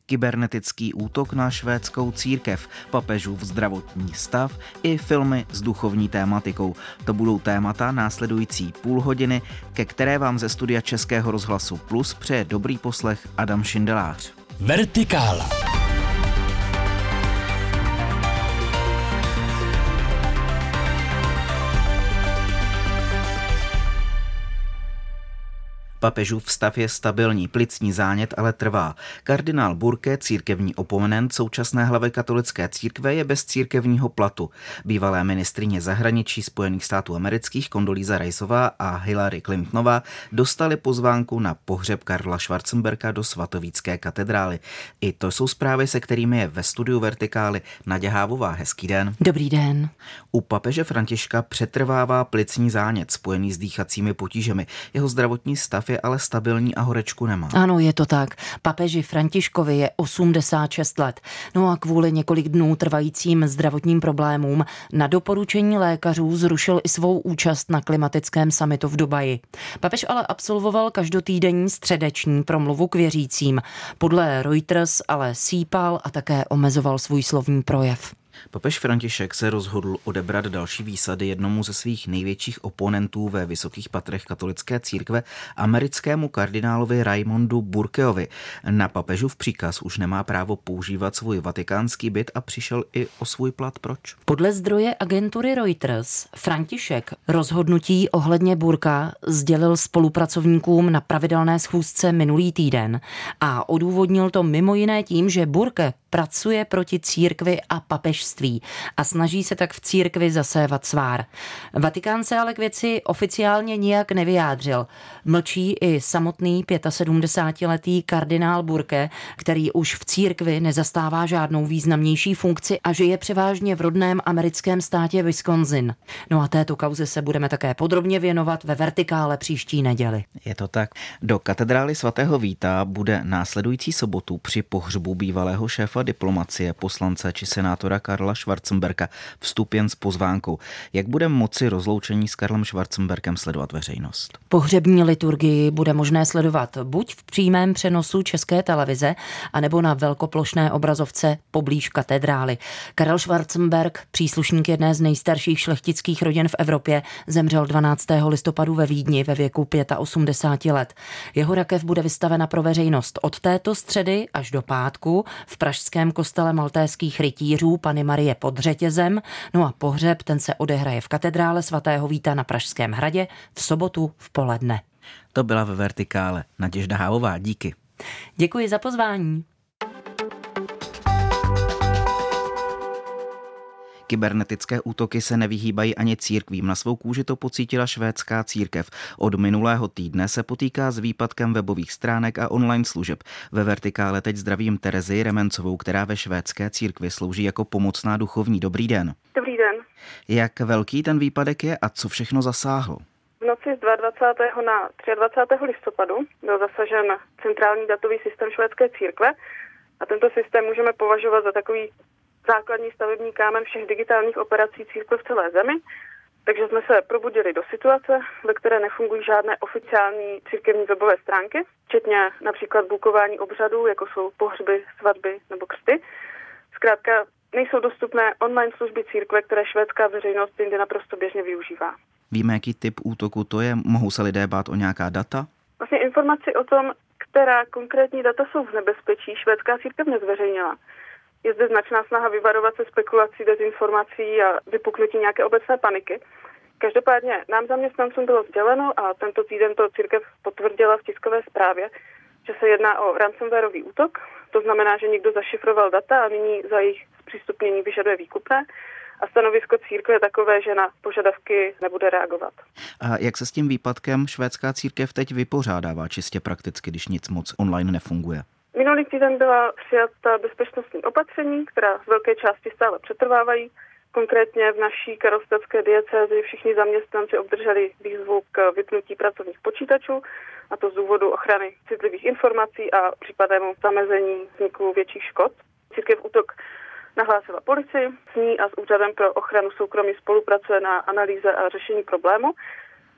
kybernetický útok na švédskou církev, papežův zdravotní stav i filmy s duchovní tématikou. To budou témata následující půl hodiny, ke které vám ze studia Českého rozhlasu Plus přeje dobrý poslech Adam Šindelář. Vertikála. Papežův stav je stabilní, plicní zánět ale trvá. Kardinál Burke, církevní oponent současné hlavy katolické církve, je bez církevního platu. Bývalé ministryně zahraničí Spojených států amerických Kondolíza Riceová a Hillary Clintonová dostali pozvánku na pohřeb Karla Schwarzenberga do svatovícké katedrály. I to jsou zprávy, se kterými je ve studiu Vertikály Naděja Hávová. Hezký den. Dobrý den. U papeže Františka přetrvává plicní zánět spojený s dýchacími potížemi. Jeho zdravotní stav je ale stabilní a horečku nemá. Ano, je to tak. Papeži Františkovi je 86 let. No a kvůli několik dnů trvajícím zdravotním problémům na doporučení lékařů zrušil i svou účast na klimatickém summitu v Dubaji. Papež ale absolvoval každotýdenní středeční promluvu k věřícím. Podle Reuters ale sípal a také omezoval svůj slovní projev. Papež František se rozhodl odebrat další výsady jednomu ze svých největších oponentů ve vysokých patrech katolické církve, americkému kardinálovi Raimondu Burkeovi. Na papežův příkaz už nemá právo používat svůj vatikánský byt a přišel i o svůj plat. Proč? Podle zdroje agentury Reuters František rozhodnutí ohledně Burka sdělil spolupracovníkům na pravidelné schůzce minulý týden a odůvodnil to mimo jiné tím, že Burke pracuje proti církvi a papežství a snaží se tak v církvi zasévat svár. Vatikán se ale k věci oficiálně nijak nevyjádřil. Mlčí i samotný 75letý kardinál Burke, který už v církvi nezastává žádnou významnější funkci a žije převážně v rodném americkém státě Wisconsin. No a této kauze se budeme také podrobně věnovat ve Vertikále příští neděli. Je to tak. Do katedrály svatého Víta bude následující sobotu při pohřbu bývalého šéfa diplomacie, poslance či senátora Karla Schwarzenberga vstup jen s pozvánkou. Jak bude moci rozloučení s Karlem Schwarzenbergem sledovat veřejnost? Pohřební liturgii bude možné sledovat buď v přímém přenosu České televize, anebo na velkoplošné obrazovce poblíž katedrály. Karel Schwarzenberg, příslušník jedné z nejstarších šlechtických rodin v Evropě, zemřel 12. listopadu ve Vídni ve věku 85 let. Jeho rakev bude vystavena pro veřejnost od této středy až do pátku v pražském kostele maltéských rytířů Panny Marie pod Řetězem. No a pohřeb ten se odehraje v katedrále svatého Víta na Pražském hradě v sobotu v poledne. To byla ve Vertikále Naděja Hávová. Díky. Děkuji za pozvání. Kybernetické útoky se nevyhýbají ani církvím. Na svou kůži to pocítila švédská církev. Od minulého týdne se potýká s výpadkem webových stránek a online služeb. Ve Vertikále teď zdravím Terezi Remencovou, která ve švédské církvi slouží jako pomocná duchovní. Dobrý den. Dobrý den. Jak velký ten výpadek je a co všechno zasáhlo? V noci z 22. na 23. listopadu byl zasažen centrální datový systém švédské církve a tento systém můžeme považovat za takový základní stavební kámen všech digitálních operací církve v celé zemi. Takže jsme se probudili do situace, ve které nefungují žádné oficiální církevní webové stránky, včetně například bukování obřadů, jako jsou pohřby, svatby nebo křty. Zkrátka nejsou dostupné online služby církve, které švédská veřejnost jinde naprosto běžně využívá. Víme, jaký typ útoku to je? Mohou se lidé bát o nějaká data? Vlastně informaci o tom, která konkrétní data jsou v nebezpečí, švédská církev nezveřejnila. Je zde značná snaha vyvarovat se spekulací, dezinformací a vypuknutí nějaké obecné paniky. Každopádně nám zaměstnancům bylo sděleno a tento týden to církev potvrdila v tiskové zprávě, že se jedná o ransomwareový útok. To znamená, že někdo zašifroval data a nyní za jejich zpřístupnění vyžaduje výkupné. A stanovisko církve je takové, že na požadavky nebude reagovat. A jak se s tím výpadkem švédská církev teď vypořádává čistě prakticky, když nic moc online nefunguje? Minulý týden byla přijata bezpečnostní opatření, která z velké části stále přetrvávají. Konkrétně v naší karlstadské diecézi všichni zaměstnanci obdrželi výzvu k vypnutí pracovních počítačů, a to z důvodu ochrany citlivých informací a případnému zamezení vzniku větších škod. Církev útok nahlásila policii, s ní a s Úřadem pro ochranu soukromí spolupracuje na analýze a řešení problému.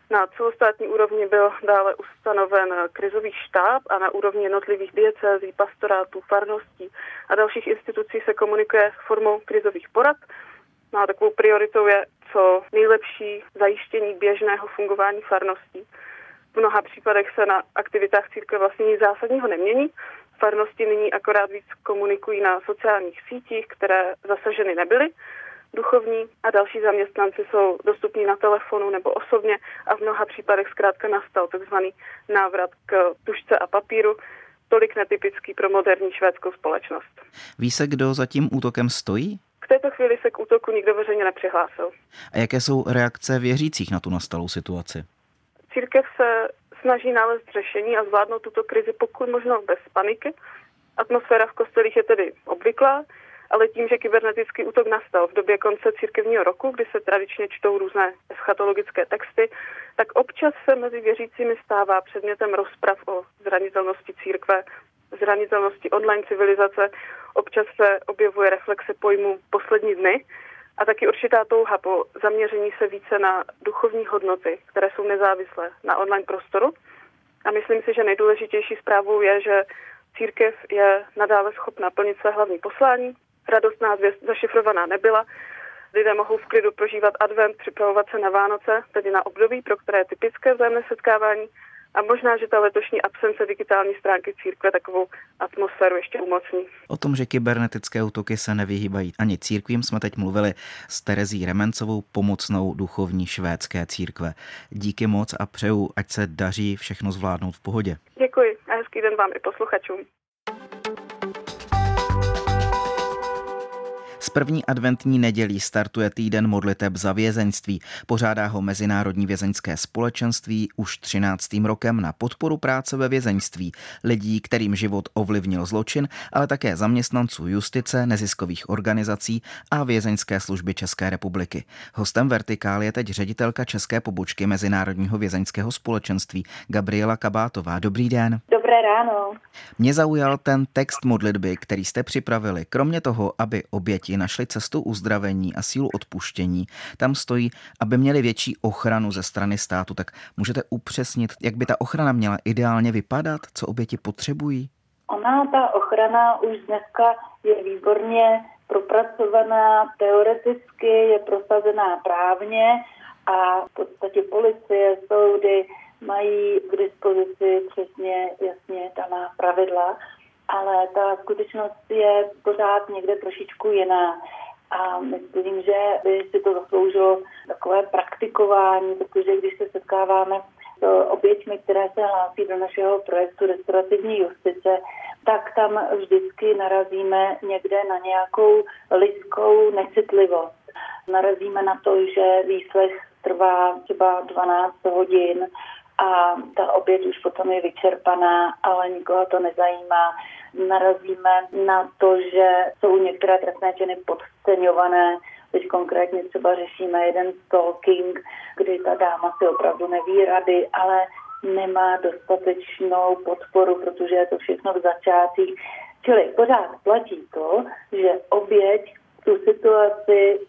Na celostátní úrovni byl dále ustanoven krizový štáb a na úrovni jednotlivých diecézí, pastorátů, farností a dalších institucí se komunikuje formou krizových porad. No a takovou prioritou je co nejlepší zajištění běžného fungování farností. V mnoha případech se na aktivitách církve vlastně nic zásadního nemění. Farnosti nyní akorát víc komunikují na sociálních sítích, které zasaženy nebyly. Duchovní a další zaměstnanci jsou dostupní na telefonu nebo osobně a v mnoha případech zkrátka nastal takzvaný návrat k tužce a papíru, tolik netypický pro moderní švédskou společnost. Ví se, kdo za tím útokem stojí? V této chvíli se k útoku nikdo veřejně nepřihlásil. A jaké jsou reakce věřících na tu nastalou situaci? Církev se snaží nalézt řešení a zvládnout tuto krizi pokud možno bez paniky. Atmosféra v kostelích je tedy obvyklá, ale tím, že kybernetický útok nastal v době konce církevního roku, kdy se tradičně čtou různé eschatologické texty, tak občas se mezi věřícími stává předmětem rozprav o zranitelnosti církve, zranitelnosti online civilizace, občas se objevuje reflexe pojmu poslední dny a taky určitá touha po zaměření se více na duchovní hodnoty, které jsou nezávislé na online prostoru. A myslím si, že nejdůležitější zprávou je, že církev je nadále schopna plnit své hlavní poslání. Radostná zvěst zašifrovaná nebyla. Lidé mohou v klidu prožívat advent, připravovat se na Vánoce, tedy na období, pro které je typické vzájemné setkávání. A možná, že ta letošní absence digitální stránky církve takovou atmosféru ještě umocní. O tom, že kybernetické útoky se nevyhýbají ani církvím, jsme teď mluvili s Terezí Remencovou, pomocnou duchovní švédské církve. Díky moc a přeju, ať se daří všechno zvládnout v pohodě. Děkuji a hezký den vám i posluchačům. S první adventní nedělí startuje týden modliteb za vězeňství. Pořádá ho Mezinárodní vězeňské společenství už 13. rokem na podporu práce ve vězeňství, lidí, kterým život ovlivnil zločin, ale také zaměstnanců justice, neziskových organizací a vězeňské služby České republiky. Hostem Vertikály je teď ředitelka české pobočky Mezinárodního vězeňského společenství Gabriela Kabátová. Dobrý den. Dobré ráno. Mě zaujal ten text modlitby, který jste připravili. Kromě toho, aby oběti našli cestu uzdravení a sílu odpuštění, tam stojí, aby měli větší ochranu ze strany státu. Tak můžete upřesnit, jak by ta ochrana měla ideálně vypadat? Co oběti potřebují? Ona, ta ochrana už dneska je výborně propracovaná, teoreticky je prosazená právně a v podstatě policie, soudy mají k dispozici přesně jasně daná pravidla, ale ta skutečnost je pořád někde trošičku jiná. A myslím, že by si to zasloužilo takové praktikování, protože když se setkáváme s oběťmi, které se hlásí do našeho projektu restaurativní justice, tak tam vždycky narazíme někde na nějakou lidskou necitlivost. Narazíme na to, že výslech trvá třeba 12 hodin a ta oběť už potom je vyčerpaná, ale nikoho to nezajímá. Narazíme na to, že jsou některé trestné činy podceňované. Teď konkrétně třeba řešíme jeden stalking, kdy ta dáma si opravdu neví rady, ale nemá dostatečnou podporu, protože je to všechno v začátcích. Čili pořád platí to, že oběť tu situaci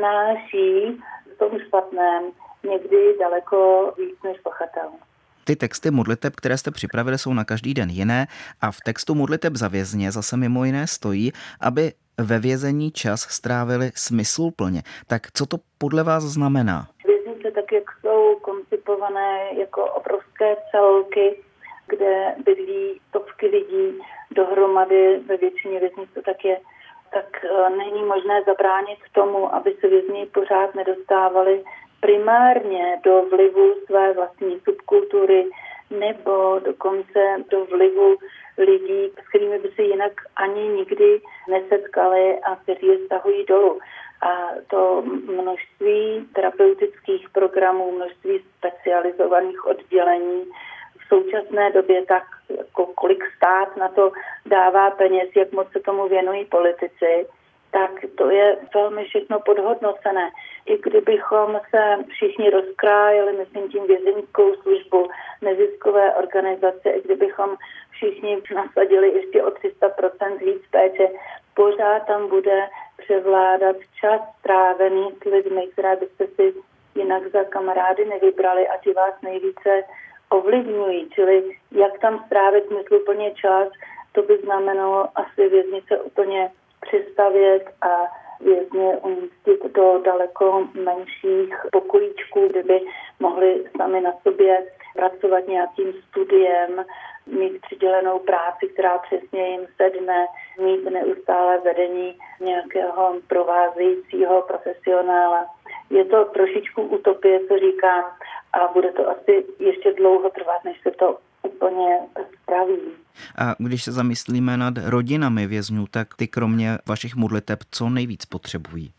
odnáší v tom špatném někdy daleko víc než pachatel. Ty texty modliteb, které jste připravili, jsou na každý den jiné a v textu modliteb za vězně zase mimo jiné stojí, aby ve vězení čas strávili smysluplně. Tak co to podle vás znamená? Věznice, tak jak jsou koncipované jako obrovské celky, kde bydlí stovky lidí dohromady, ve většině věznic to tak je, tak není možné zabránit tomu, aby se vězni pořád nedostávali primárně do vlivu své vlastní subkultury nebo dokonce do vlivu lidí, s kterými by se jinak ani nikdy nesetkali a kteří je stahují dolů. A to množství terapeutických programů, množství specializovaných oddělení v současné době, tak jako kolik stát na to dává peněz, jak moc se tomu věnují politici, tak to je velmi všechno podhodnocené. I kdybychom se všichni rozkrájeli, myslím tím vězeňskou službu, neziskové organizace, i kdybychom všichni nasadili ještě o 300% víc péče, pořád tam bude převládat čas strávený s lidmi, které byste si jinak za kamarády nevybrali a ti vás nejvíce ovlivňují. Čili jak tam strávit smysluplně čas, to by znamenalo asi věznice úplně přestavět a vězně umístit do daleko menších pokojíčků, kde by mohli sami na sobě pracovat nějakým studiem, mít přidělenou práci, která přesně jim sedne, mít neustále vedení nějakého provázejícího profesionála. Je to trošičku utopie, co říkám, a bude to asi ještě dlouho trvat, než se to úplně spraví. A když se zamyslíme nad rodinami vězňů, tak ty kromě vašich modliteb co nejvíc potřebují?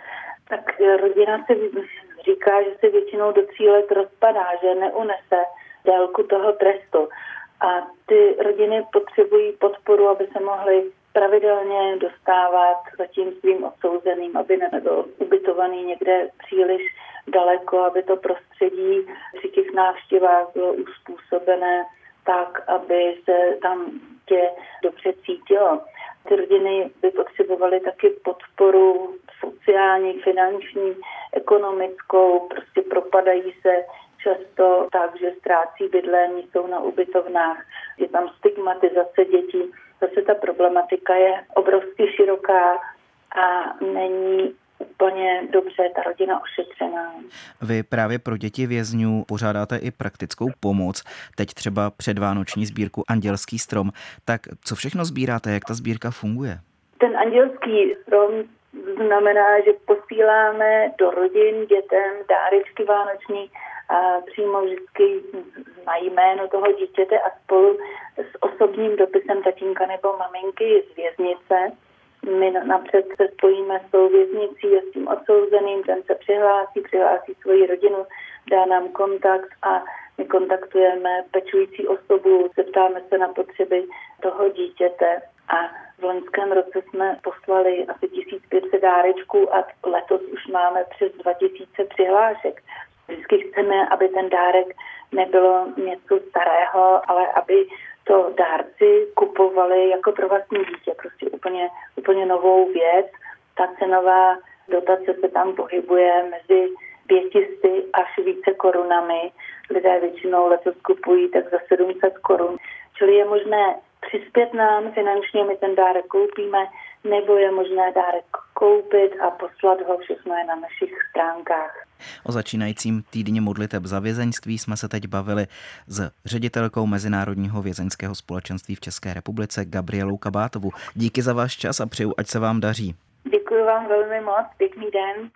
Tak rodina se říká, že se většinou do 3 let rozpadá, že neunese délku toho trestu. A ty rodiny potřebují podporu, aby se mohly pravidelně dostávat za tím svým odsouzeným, aby nebyl ubytovaný někde příliš daleko, aby to prostředí při těch návštěvách bylo uspůsobené tak, aby se tam tě dobře cítilo. Ty rodiny by potřebovaly taky podporu sociální, finanční, ekonomickou, prostě propadají se často tak, že ztrácí bydlení, jsou na ubytovnách, je tam stigmatizace dětí. Zase ta problematika je obrovsky široká a není úplně dobře ta rodina ošetřená. Vy právě pro děti vězňů pořádáte i praktickou pomoc, teď třeba předvánoční sbírku Andělský strom. Tak co všechno sbíráte, jak ta sbírka funguje? Ten Andělský strom znamená, že posíláme do rodin dětem dárečky vánoční a přímo vždycky na jméno toho dítěte a spolu s osobním dopisem tatínka nebo maminky z věznice. My napřed se spojíme s tou věznicí a s tím odsouzeným, ten se přihlásí svoji rodinu, dá nám kontakt a my kontaktujeme pečující osobu, zeptáme se na potřeby toho dítěte a v loňském roce jsme poslali asi 1500 dárečků a letos už máme přes 2000 přihlášek. Vždycky chceme, aby ten dárek nebylo něco starého, ale aby to dárci kupovali jako pro vlastní dítě, prostě úplně novou věc. Ta cenová dotace se tam pohybuje mezi 500 až více korunami. Lidé většinou letos kupují tak za 700 korun. Čili je možné přispět nám finančně, my ten dárek koupíme, nebo je možné dárek koupit a poslat ho, všechno je na našich stránkách. O začínajícím týdně modliteb za vězeňství jsme se teď bavili s ředitelkou Mezinárodního vězeňského společenství v České republice Gabrielou Kabátovou. Díky za váš čas a přeju, ať se vám daří. Děkuji vám velmi moc, pěkný den.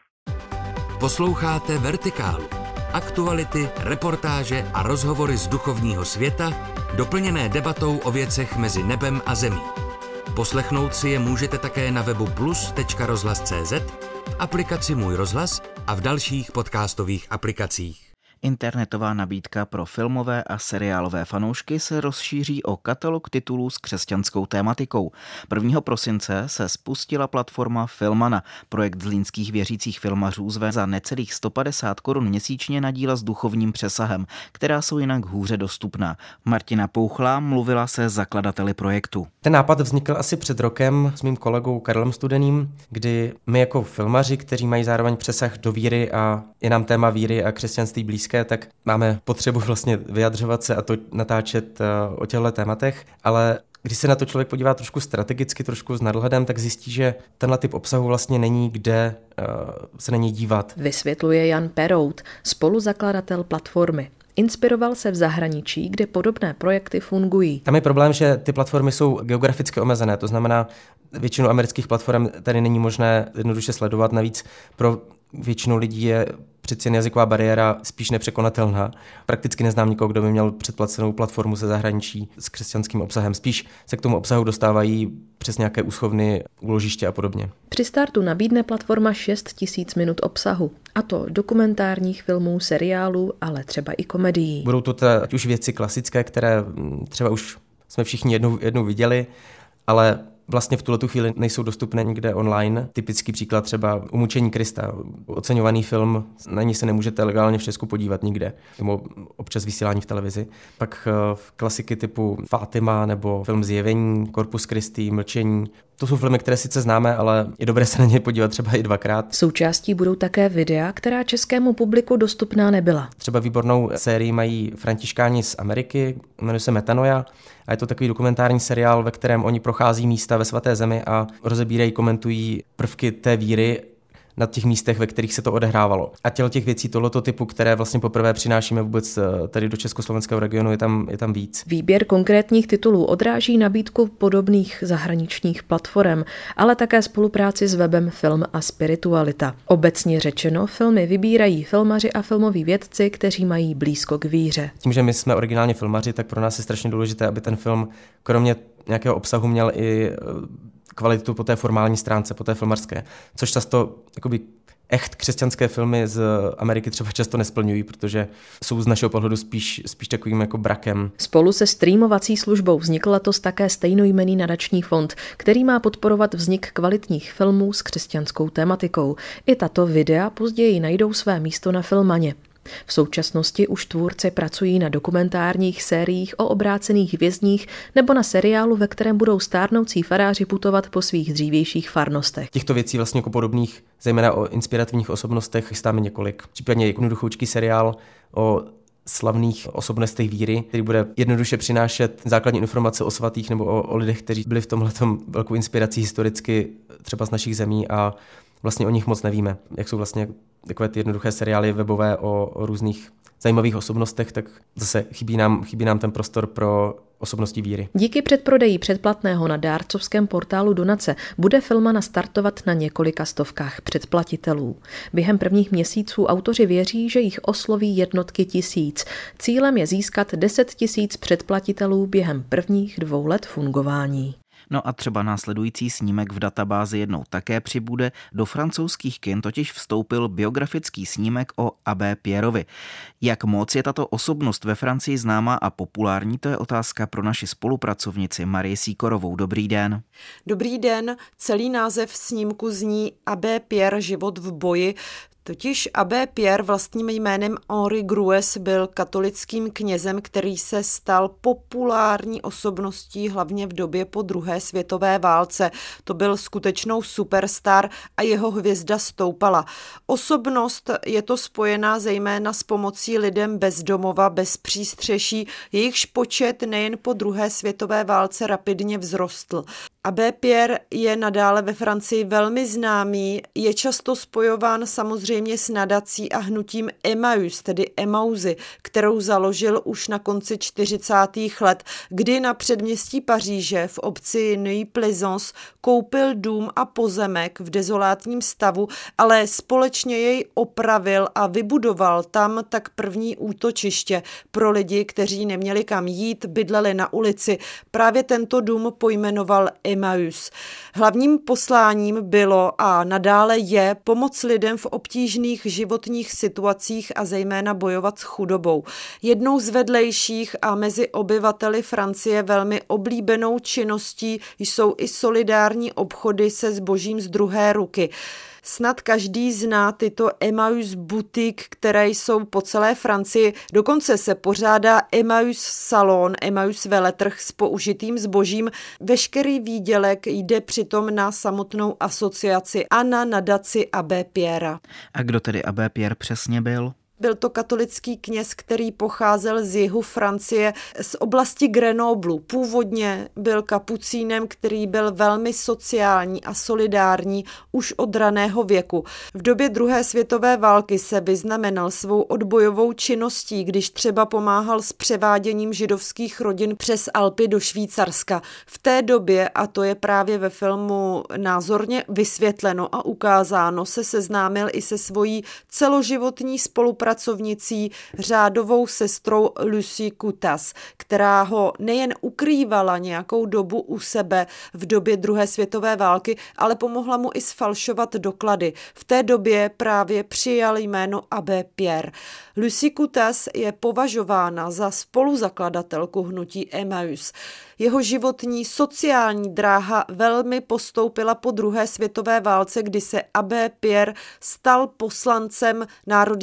Posloucháte Vertikálu. Aktuality, reportáže a rozhovory z duchovního světa, doplněné debatou o věcech mezi nebem a zemí. Poslechnout si je můžete také na webu plus.rozhlas.cz, v aplikaci Můj rozhlas a v dalších podcastových aplikacích. Internetová nabídka pro filmové a seriálové fanoušky se rozšíří o katalog titulů s křesťanskou tématikou. 1. prosince se spustila platforma Filmana. Projekt zlínských věřících filmařů zve za necelých 150 korun měsíčně na díla s duchovním přesahem, která jsou jinak hůře dostupná. Martina Pouchlá mluvila se zakladateli projektu. Ten nápad vznikl asi před rokem s mým kolegou Karlem Studeným, kdy my jako filmaři, kteří mají zároveň přesah do víry a je nám téma víry a křesťanství blízké, tak máme potřebu vlastně vyjadřovat se a to natáčet o těchto tématech, ale když se na to člověk podívá trošku strategicky, trošku s nadhledem, tak zjistí, že tenhle typ obsahu vlastně není kde se na něj dívat. Vysvětluje Jan Perout, spoluzakladatel platformy. Inspiroval se v zahraničí, kde podobné projekty fungují. Tam je problém, že ty platformy jsou geograficky omezené, to znamená, většinu amerických platform tady není možné jednoduše sledovat, navíc pro většinu lidí je přeci jen jazyková bariéra spíš nepřekonatelná. Prakticky neznám nikoho, kdo by měl předplacenou platformu ze zahraničí s křesťanským obsahem. Spíš se k tomu obsahu dostávají přes nějaké úschovny, úložiště a podobně. Při startu nabídne platforma 6 000 minut obsahu, a to dokumentárních filmů, seriálů, ale třeba i komedií. Budou to ať už věci klasické, které třeba už jsme všichni jednou viděli, ale vlastně v tuhletu chvíli nejsou dostupné nikde online. Typický příklad třeba Umučení Krista. Oceňovaný film, na ní se nemůžete legálně v Česku podívat nikde. Nebo občas vysílání v televizi. Pak klasiky typu Fátima nebo film Zjevení, Corpus Christi, Mlčení. To jsou filmy, které sice známe, ale je dobré se na ně podívat třeba i 2krát. Součástí budou také videa, která českému publiku dostupná nebyla. Třeba výbornou sérii mají Františkáni z Ameriky, jmenuje se Metanoia a je to takový dokumentární seriál, ve kterém oni prochází místa ve Svaté zemi a rozebírají, komentují prvky té víry na těch místech, ve kterých se to odehrávalo. A těch věcí tohoto typu, které vlastně poprvé přinášíme vůbec tady do československého regionu, je tam víc. Výběr konkrétních titulů odráží nabídku podobných zahraničních platform, ale také spolupráci s webem Film a Spiritualita. Obecně řečeno, filmy vybírají filmaři a filmoví vědci, kteří mají blízko k víře. Tím, že my jsme originálně filmaři, tak pro nás je strašně důležité, aby ten film kromě nějakého obsahu měl i kvalitu po té formální stránce, po té filmařské, což často jakoby echt křesťanské filmy z Ameriky třeba často nesplňují, protože jsou z našeho pohledu spíš takovým jako brakem. Spolu se streamovací službou vznikl letos také stejnojmenný nadační fond, který má podporovat vznik kvalitních filmů s křesťanskou tematikou. I tato videa později najdou své místo na Filmaně. V současnosti už tvůrci pracují na dokumentárních sériích o obrácených vězních nebo na seriálu, ve kterém budou stárnoucí faráři putovat po svých dřívějších farnostech. Těchto věcí vlastně jako podobných, zejména o inspirativních osobnostech, chystáme několik. Případně jednoduchoučký seriál o slavných osobnostech víry, který bude jednoduše přinášet základní informace o svatých nebo o lidech, kteří byli v tomhletom velkou inspirací historicky třeba z našich zemí a vlastně o nich moc nevíme. Jak jsou vlastně takové ty jednoduché seriály webové o různých zajímavých osobnostech, tak zase chybí nám ten prostor pro osobnosti víry. Díky předprodeji předplatného na dárcovském portálu Donace bude Filmana startovat na několika stovkách předplatitelů. Během prvních měsíců autoři věří, že jich osloví jednotky tisíc. Cílem je získat 10 000 předplatitelů během prvních 2 let fungování. No a třeba následující snímek v databázi jednou také přibude. Do francouzských kin totiž vstoupil biografický snímek o Abbé Pierrovi. Jak moc je tato osobnost ve Francii známá a populární, to je otázka pro naši spolupracovnici Marii Sýkorovou. Dobrý den. Dobrý den. Celý název snímku zní Abbé Pierre, život v boji. Totiž Abbé Pierre vlastním jménem Henri Grues byl katolickým knězem, který se stal populární osobností hlavně v době po druhé světové válce. To byl skutečnou superstar a jeho hvězda stoupala. Osobnost je to spojená zejména s pomocí lidem bez domova, bez přístřeší, jejichž počet nejen po druhé světové válce rapidně vzrostl. Abbé Pierre je nadále ve Francii velmi známý, je často spojován samozřejmě s nadací a hnutím Emmaüs, tedy Emauzy, kterou založil už na konci 40. let, kdy na předměstí Paříže v obci Neuilly-Plaisance koupil dům a pozemek v dezolátním stavu, ale společně jej opravil a vybudoval tam tak první útočiště pro lidi, kteří neměli kam jít, bydleli na ulici. Právě tento dům pojmenoval Emmaüs. Hlavním posláním bylo a nadále je pomoc lidem v obtížných životních situacích a zejména bojovat s chudobou. Jednou z vedlejších a mezi obyvateli Francie velmi oblíbenou činností jsou i solidární obchody se zbožím z druhé ruky. Snad každý zná tyto Emmaüs boutique, které jsou po celé Francii. Dokonce se pořádá Emmaüs salon, Emmaüs veletrh s použitým zbožím. Veškerý výdělek jde přitom na samotnou asociaci a na nadaci Abbé Pierra. A kdo tedy Abbé Pierre přesně byl? Byl to katolický kněz, který pocházel z jihu Francie, z oblasti Grenoblu. Původně byl kapucínem, který byl velmi sociální a solidární už od raného věku. V době druhé světové války se vyznamenal svou odbojovou činností, když třeba pomáhal s převáděním židovských rodin přes Alpy do Švýcarska. V té době, a to je právě ve filmu názorně vysvětleno a ukázáno, se seznámil i se svojí celoživotní spolupracovnicí, řádovou sestrou Lucie Coutas, která ho nejen ukrývala nějakou dobu u sebe v době druhé světové války, ale pomohla mu i sfalšovat doklady. V té době právě přijal jméno Abbé Pierre. Lucie Coutas je považována za spoluzakladatelku hnutí Emmaüs. Jeho životní sociální dráha velmi postoupila po druhé světové válce, kdy se Abbé Pierre stal poslancem Národního shromáždění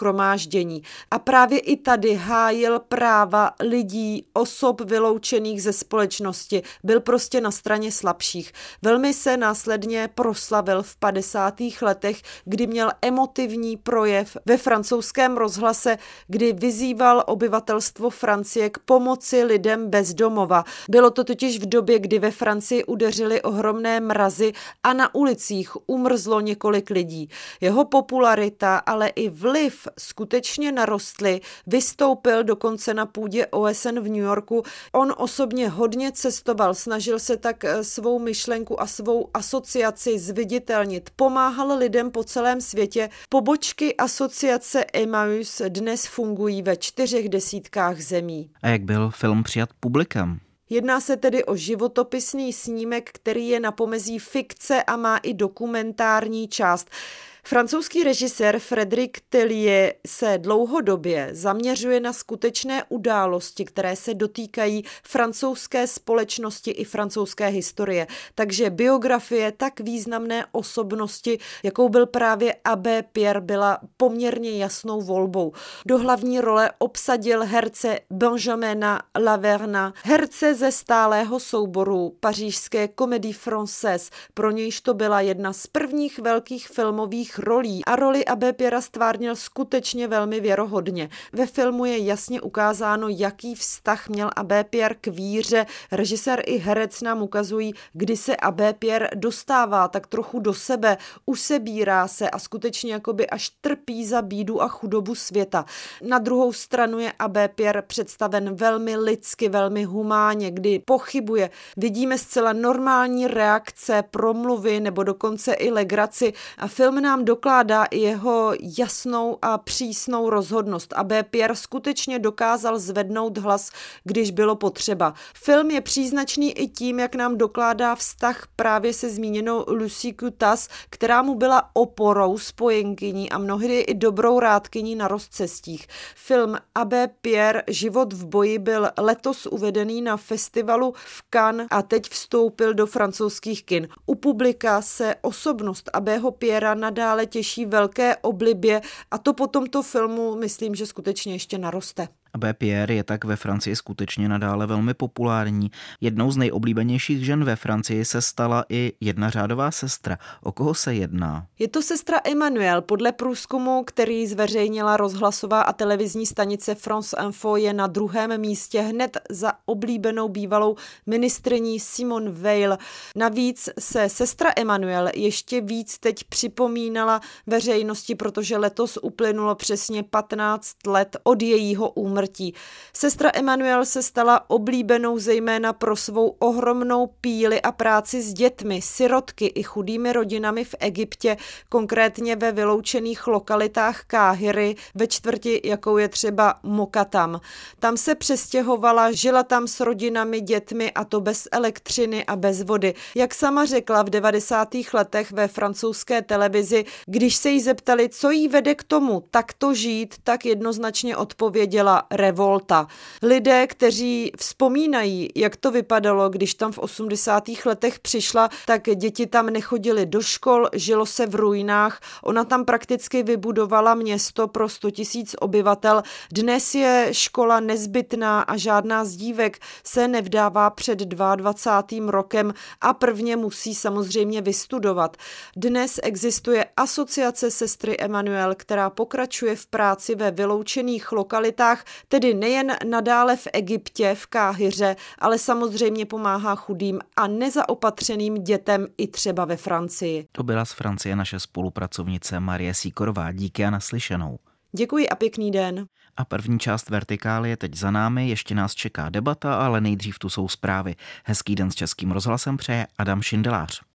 shromáždění. A právě i tady hájil práva lidí, osob vyloučených ze společnosti. Byl prostě na straně slabších. Velmi se následně proslavil v 50. letech, kdy měl emotivní projev ve francouzském rozhlase, kdy vyzýval obyvatelstvo Francie k pomoci lidem bez domova. Bylo to totiž v době, kdy ve Francii udeřily ohromné mrazy a na ulicích umrzlo několik lidí. Jeho popularita, ale i vliv skutečně narostly. Vystoupil dokonce na půdě OSN v New Yorku. On osobně hodně cestoval, snažil se tak svou myšlenku a svou asociaci zviditelnit. Pomáhal lidem po celém světě. Pobočky asociace Emmaüs dnes fungují ve 40 zemí. A jak byl film přijat publikem? Jedná se tedy o životopisný snímek, který je na pomezí fikce a má i dokumentární část. Francouzský režisér Frédéric Tellier se dlouhodobě zaměřuje na skutečné události, které se dotýkají francouzské společnosti i francouzské historie. Takže biografie tak významné osobnosti, jakou byl právě Abbé Pierre, byla poměrně jasnou volbou. Do hlavní role obsadil herce Benjamina Laverna, herce ze stálého souboru pařížské Comédie Française. Pro nějž to byla jedna z prvních velkých filmových rolí a roli Abbé Pierra stvárnil skutečně velmi věrohodně. Ve filmu je jasně ukázáno, jaký vztah měl Abbé Pierre k víře. Režisér i herec nám ukazují, kdy se Abbé Pierre dostává tak trochu do sebe, usebírá se a skutečně jakoby až trpí za bídu a chudobu světa. Na druhou stranu je Abbé Pierre představen velmi lidsky, velmi humánně, kdy pochybuje. Vidíme zcela normální reakce, promluvy nebo dokonce i legraci a film nám dokládá i jeho jasnou a přísnou rozhodnost. Abbé Pierre skutečně dokázal zvednout hlas, když bylo potřeba. Film je příznačný i tím, jak nám dokládá vztah právě se zmíněnou Lucie Cutas, která mu byla oporou, spojenkyní a mnohdy i dobrou rádkyní na rozcestích. Film Abbé Pierre Život v boji byl letos uvedený na festivalu v Cannes a teď vstoupil do francouzských kin. U publika se osobnost Abbého Pierra nadále těší velké oblibě a to po tomto filmu myslím, že skutečně ještě naroste. Abbé Pierre je tak ve Francii skutečně nadále velmi populární. Jednou z nejoblíbenějších žen ve Francii se stala i jedna řádová sestra. O koho se jedná? Je to sestra Emmanuelle. Podle průzkumu, který zveřejnila rozhlasová a televizní stanice France Info, je na druhém místě hned za oblíbenou bývalou ministryní Simone Veil. Navíc se sestra Emmanuelle ještě víc teď připomínala veřejnosti, protože letos uplynulo přesně 15 let od jejího úmrtí. Sestra Emmanuelle se stala oblíbenou zejména pro svou ohromnou píli a práci s dětmi, sirotky i chudými rodinami v Egyptě, konkrétně ve vyloučených lokalitách Káhiry, ve čtvrti, jakou je třeba Mokatam. Tam se přestěhovala, žila tam s rodinami, dětmi a to bez elektřiny a bez vody. Jak sama řekla v 90. letech ve francouzské televizi, když se jí zeptali, co jí vede k tomu takto žít, tak jednoznačně odpověděla revolta. Lidé, kteří vzpomínají, jak to vypadalo, když tam v 80. letech přišla, tak děti tam nechodily do škol, žilo se v ruinách. Ona tam prakticky vybudovala město pro 100 000 obyvatel. Dnes je škola nezbytná a žádná z dívek se nevdává před 22. rokem a prvně musí samozřejmě vystudovat. Dnes existuje asociace sestry Emmanuelle, která pokračuje v práci ve vyloučených lokalitách, tedy nejen nadále v Egyptě, v Káhiře, ale samozřejmě pomáhá chudým a nezaopatřeným dětem i třeba ve Francii. To byla z Francie naše spolupracovnice Marie Sýkorová. Díky a naslyšenou. Děkuji a pěkný den. A první část Vertikály je teď za námi, ještě nás čeká debata, ale nejdřív tu jsou zprávy. Hezký den s Českým rozhlasem přeje Adam Šindelář.